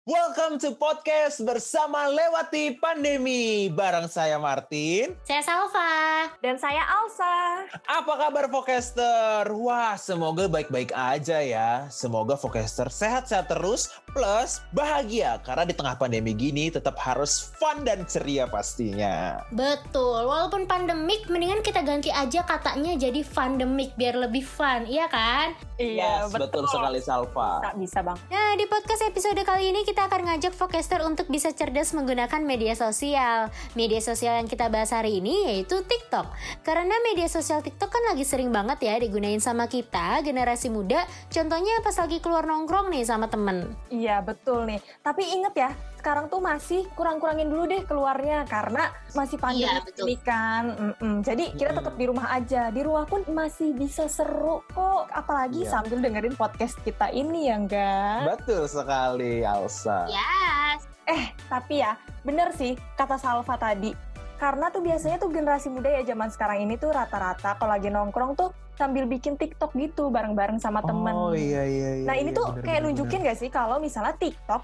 Welcome to podcast bersama Lewati Pandemi. Bareng saya Martin. Saya Salva. Dan saya Alsa. Apa kabar Vocaster? Wah, semoga baik-baik aja ya. Semoga Vocaster sehat-sehat terus, plus bahagia. Karena di tengah pandemi gini tetap harus fun dan ceria pastinya. Betul, walaupun pandemik, mendingan kita ganti aja katanya jadi fundemic biar lebih fun, iya kan? Iya, yes, betul sekali Salva. Bisa bang. Nah, di podcast episode kali ini kita akan ngajak Vocaster untuk bisa cerdas menggunakan media sosial. Media sosial yang kita bahas hari ini yaitu TikTok. Karena media sosial TikTok kan lagi sering banget ya digunain sama kita, generasi muda. Contohnya pas lagi keluar nongkrong nih sama temen. Iya, betul nih. Tapi inget ya, sekarang tuh masih kurang-kurangin dulu deh keluarnya karena masih pandemi ini kan. Jadi kita tetap di rumah aja. Di rumah pun masih bisa seru kok. Apalagi sambil dengerin podcast kita ini ya enggak? Betul sekali Alsa. Yes. Tapi ya bener sih kata Salva tadi. Karena tuh biasanya tuh generasi muda ya zaman sekarang ini tuh rata-rata kalau lagi nongkrong tuh sambil bikin TikTok gitu bareng-bareng sama temen. Oh iya. Nah ini tuh kayak nunjukin gak sih kalau misalnya TikTok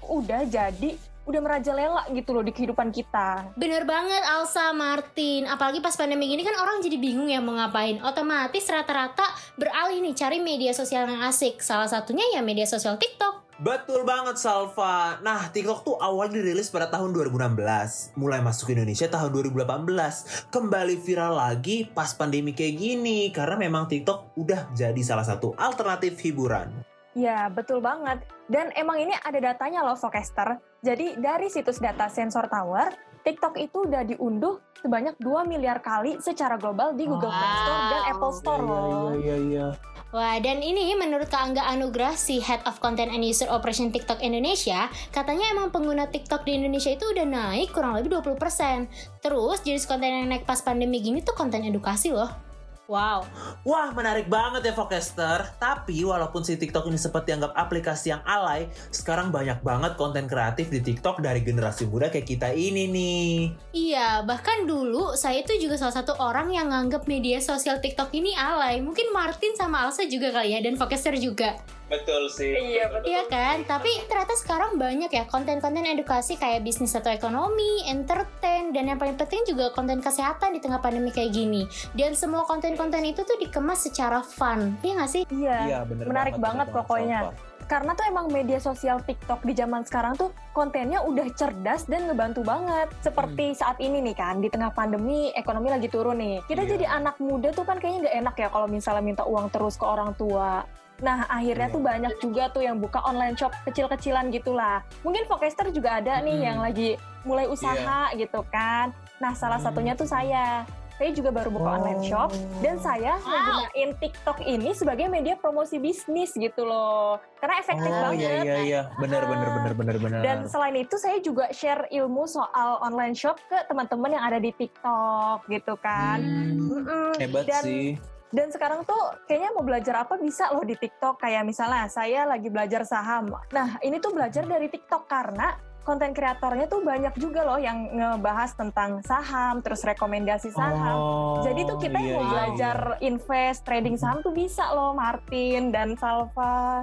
udah merajalela gitu loh di kehidupan kita. Bener banget Alsa, Martin. Apalagi pas pandemi gini kan orang jadi bingung ya mau ngapain. Otomatis rata-rata beralih nih cari media sosial yang asik. Salah satunya ya media sosial TikTok. Betul banget Salva. Nah, TikTok tuh awalnya dirilis pada tahun 2016. Mulai masuk ke Indonesia tahun 2018. Kembali viral lagi pas pandemi kayak gini. Karena memang TikTok udah jadi salah satu alternatif hiburan. Ya, betul banget. Dan emang ini ada datanya loh, Vocaster. Jadi dari situs data Sensor Tower, TikTok itu udah diunduh sebanyak 2 miliar kali secara global di Google Play Store dan Apple Store loh. Iya. Wah, dan ini menurut Kak Angga Anugrah, si Head of Content and User Operation TikTok Indonesia, katanya emang pengguna TikTok di Indonesia itu udah naik kurang lebih 20%. Terus jenis konten yang naik pas pandemi gini tuh konten edukasi loh. Wow. Wah, menarik banget ya Vocaster. Tapi walaupun si TikTok ini sempat dianggap aplikasi yang alay, sekarang banyak banget konten kreatif di TikTok dari generasi muda kayak kita ini nih. Iya, bahkan dulu saya tuh juga salah satu orang yang nganggap media sosial TikTok ini alay. Mungkin Martin sama Alsa juga kali ya, dan Vocaster juga. Betul sih. Iya, betul. Iya kan? Tapi ternyata sekarang banyak ya konten-konten edukasi kayak bisnis atau ekonomi, entertain, dan yang paling penting juga konten kesehatan di tengah pandemi kayak gini. Dan semua konten-konten itu tuh dikemas secara fun. Iya nggak sih? Iya, bener menarik banget pokoknya. Salva. Karena tuh emang media sosial TikTok di zaman sekarang tuh kontennya udah cerdas dan ngebantu banget. Seperti saat ini nih kan, di tengah pandemi, ekonomi lagi turun nih. Kita jadi anak muda tuh kan kayaknya nggak enak ya kalau misalnya minta uang terus ke orang tua. Nah, akhirnya tuh banyak juga tuh yang buka online shop kecil-kecilan gitulah. Mungkin Vocaster juga ada nih yang lagi mulai usaha gitu kan. Nah, salah satunya tuh saya juga baru buka online shop dan saya menggunakan TikTok ini sebagai media promosi bisnis gitu loh. Karena efektif banget. Iya. Benar. Dan selain itu saya juga share ilmu soal online shop ke teman-teman yang ada di TikTok gitu kan. Hebat sih. Dan sekarang tuh kayaknya mau belajar apa bisa loh di TikTok. Kayak misalnya saya lagi belajar saham. Nah ini tuh belajar dari TikTok karena konten kreatornya tuh banyak juga loh yang ngebahas tentang saham, terus rekomendasi saham. Jadi tuh kita yang mau belajar invest, trading saham tuh bisa loh Martin dan Salva.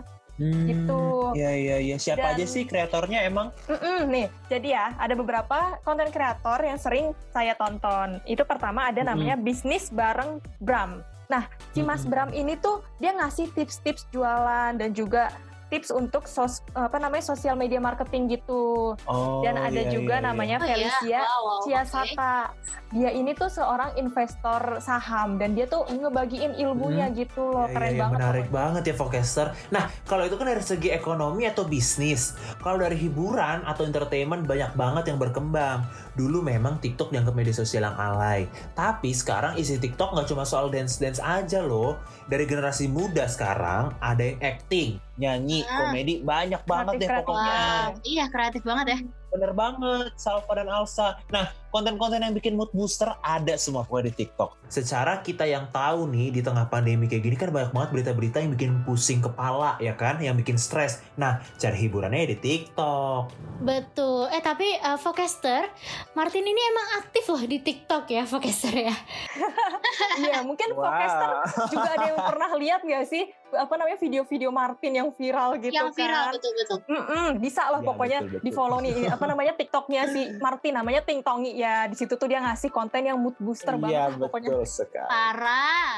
Gitu. Iya. Siapa aja sih kreatornya emang? Nih, jadi ya ada beberapa konten kreator yang sering saya tonton. Itu pertama ada namanya Bisnis Bareng Bram. Nah, si Mas Bram ini tuh dia ngasih tips-tips jualan dan juga tips untuk sosial media marketing gitu. Dan ada juga namanya Felicia Ciasata. Dia ini tuh seorang investor saham dan dia tuh ngebagiin ilmunya gitu loh. Keren banget. Menarik banget ya Vocaster. Nah, kalau itu kan dari segi ekonomi atau bisnis. Kalau dari hiburan atau entertainment banyak banget yang berkembang. Dulu memang TikTok dianggap media sosial yang alay. Tapi sekarang isi TikTok nggak cuma soal dance-dance aja loh. Dari generasi muda sekarang ada yang acting, Nyanyi, komedi, banyak banget deh pokoknya. Iya, kreatif banget ya. Bener banget, Salva dan Alsa. Nah, konten-konten yang bikin mood booster ada semua pokoknya di TikTok. Secara kita yang tahu nih, di tengah pandemi kayak gini kan banyak banget berita-berita yang bikin pusing kepala ya kan, yang bikin stres. Nah, cari hiburannya di TikTok. Betul. Tapi Vokester, Martin ini emang aktif loh di TikTok ya, Vokester ya. Iya, mungkin Vokester juga ada yang pernah lihat nggak sih video-video Martin yang viral gitu kan. Yang viral, betul-betul. Bisa lah Ya, pokoknya betul. di follow nih TikToknya si Martin, namanya Ting Tongi ya. Di situ tuh dia ngasih konten yang mood booster banget lah pokoknya. Betul sekali. Parah.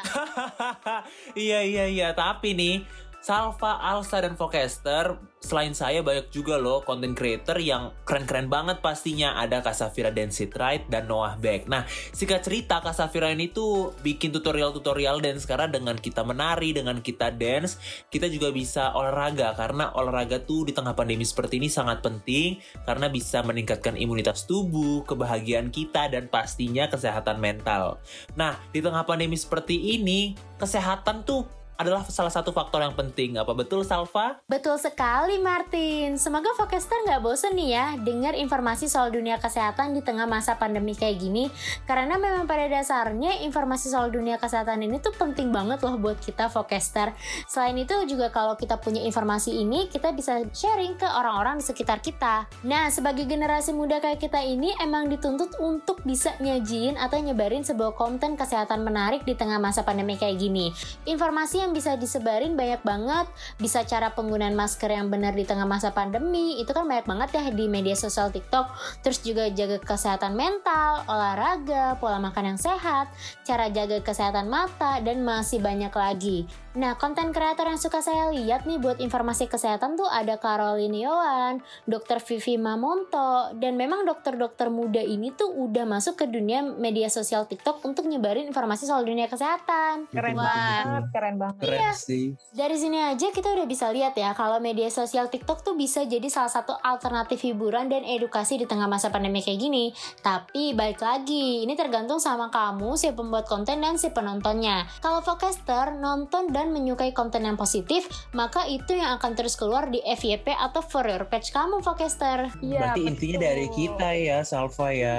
Iya. Tapi nih, Salva, Alsa, dan Vokester, selain saya banyak juga loh content creator yang keren-keren banget pastinya. Ada Kak Safira Dance It Right dan Noah Beck. Nah, singkat cerita, Kak Safira ini tuh bikin tutorial dance karena dengan kita menari, dengan kita dance, kita juga bisa olahraga. Karena olahraga tuh di tengah pandemi seperti ini sangat penting karena bisa meningkatkan imunitas tubuh, kebahagiaan kita, dan pastinya kesehatan mental. Nah, di tengah pandemi seperti ini, kesehatan tuh adalah salah satu faktor yang penting. Apa betul, Salva? Betul sekali, Martin. Semoga Vokester nggak bosen nih ya dengar informasi soal dunia kesehatan di tengah masa pandemi kayak gini. Karena memang pada dasarnya informasi soal dunia kesehatan ini tuh penting banget loh buat kita Vokester. Selain itu juga kalau kita punya informasi ini, kita bisa sharing ke orang-orang di sekitar kita. Nah, sebagai generasi muda kayak kita ini emang dituntut untuk bisa nyajiin atau nyebarin sebuah konten kesehatan menarik di tengah masa pandemi kayak gini. Informasi yang bisa disebarin banyak banget, bisa cara penggunaan masker yang benar di tengah masa pandemi, itu kan banyak banget ya di media sosial TikTok. Terus juga jaga kesehatan mental, olahraga, pola makan yang sehat, cara jaga kesehatan mata, dan masih banyak lagi. Nah, konten kreator yang suka saya lihat nih buat informasi kesehatan tuh ada Caroline Yohan, Dr. Vivi Mamonto, dan memang dokter-dokter muda ini tuh udah masuk ke dunia media sosial TikTok untuk nyebarin informasi soal dunia kesehatan. Keren banget. Keren sih. Dari sini aja kita udah bisa lihat ya kalau media sosial TikTok tuh bisa jadi salah satu alternatif hiburan dan edukasi di tengah masa pandemi kayak gini. Tapi balik lagi, ini tergantung sama kamu, si pembuat konten dan si penontonnya. Kalau Vokester nonton dan menyukai konten yang positif, maka itu yang akan terus keluar di FYP atau For Your Page kamu, Vokester. Iya, Berarti intinya dari kita ya, Salva ya.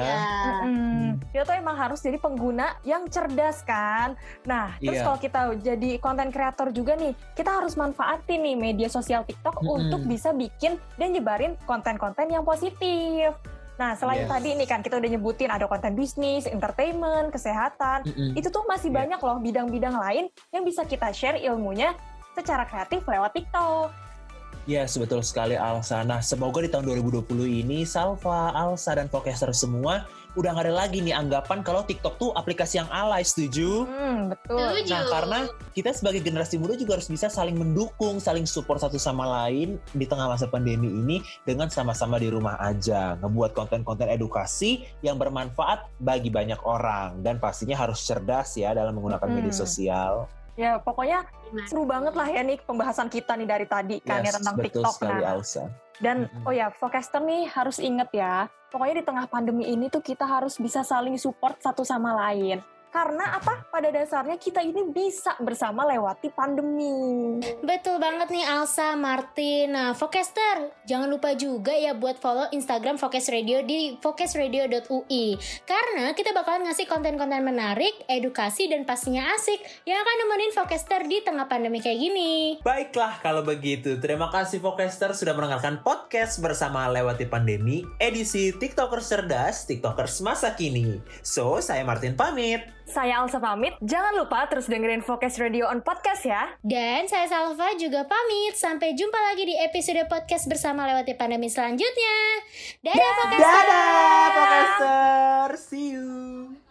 Kita tuh emang harus jadi pengguna yang cerdas kan. Nah, terus kalau kita jadi konten kreator juga nih, kita harus manfaatin nih media sosial TikTok untuk bisa bikin dan nyebarin konten-konten yang positif. Nah, selain tadi ini kan kita udah nyebutin ada konten bisnis, entertainment, kesehatan. Itu tuh masih banyak loh bidang-bidang lain yang bisa kita share ilmunya secara kreatif lewat TikTok. Yes, betul sekali, Alsa. Nah, semoga di tahun 2020 ini Salva, Alsa, dan Vokester semua udah gak ada lagi nih anggapan kalau TikTok tuh aplikasi yang alay, setuju? Betul. Setuju. Nah, karena kita sebagai generasi muda juga harus bisa saling mendukung, saling support satu sama lain di tengah masa pandemi ini dengan sama-sama di rumah aja. Ngebuat konten-konten edukasi yang bermanfaat bagi banyak orang. Dan pastinya harus cerdas ya dalam menggunakan media sosial. Ya, pokoknya seru banget lah ya nih pembahasan kita nih dari tadi kan ya tentang betul TikTok. Sekali, Alsa. Dan Vokester nih harus inget ya, pokoknya di tengah pandemi ini tuh kita harus bisa saling support satu sama lain. Karena apa? Pada dasarnya kita ini bisa bersama lewati pandemi. Betul banget nih Alsa, Martin. Nah, Vokester, jangan lupa juga ya buat follow Instagram Vokes Radio di vokesradio.ui. Karena kita bakalan ngasih konten-konten menarik, edukasi, dan pastinya asik yang akan nemenin Vokester di tengah pandemi kayak gini. Baiklah kalau begitu. Terima kasih Vokester sudah mendengarkan podcast bersama Lewati Pandemi edisi TikTokers Cerdas, TikTokers Masa Kini. So, saya Martin pamit. Saya Alsa pamit. Jangan lupa terus dengerin Vokes Radio on Podcast ya. Dan saya Salva juga pamit. Sampai jumpa lagi di episode podcast bersama Lewati Pandemi selanjutnya. Dadah Vokester! Dadah Vokester! See you!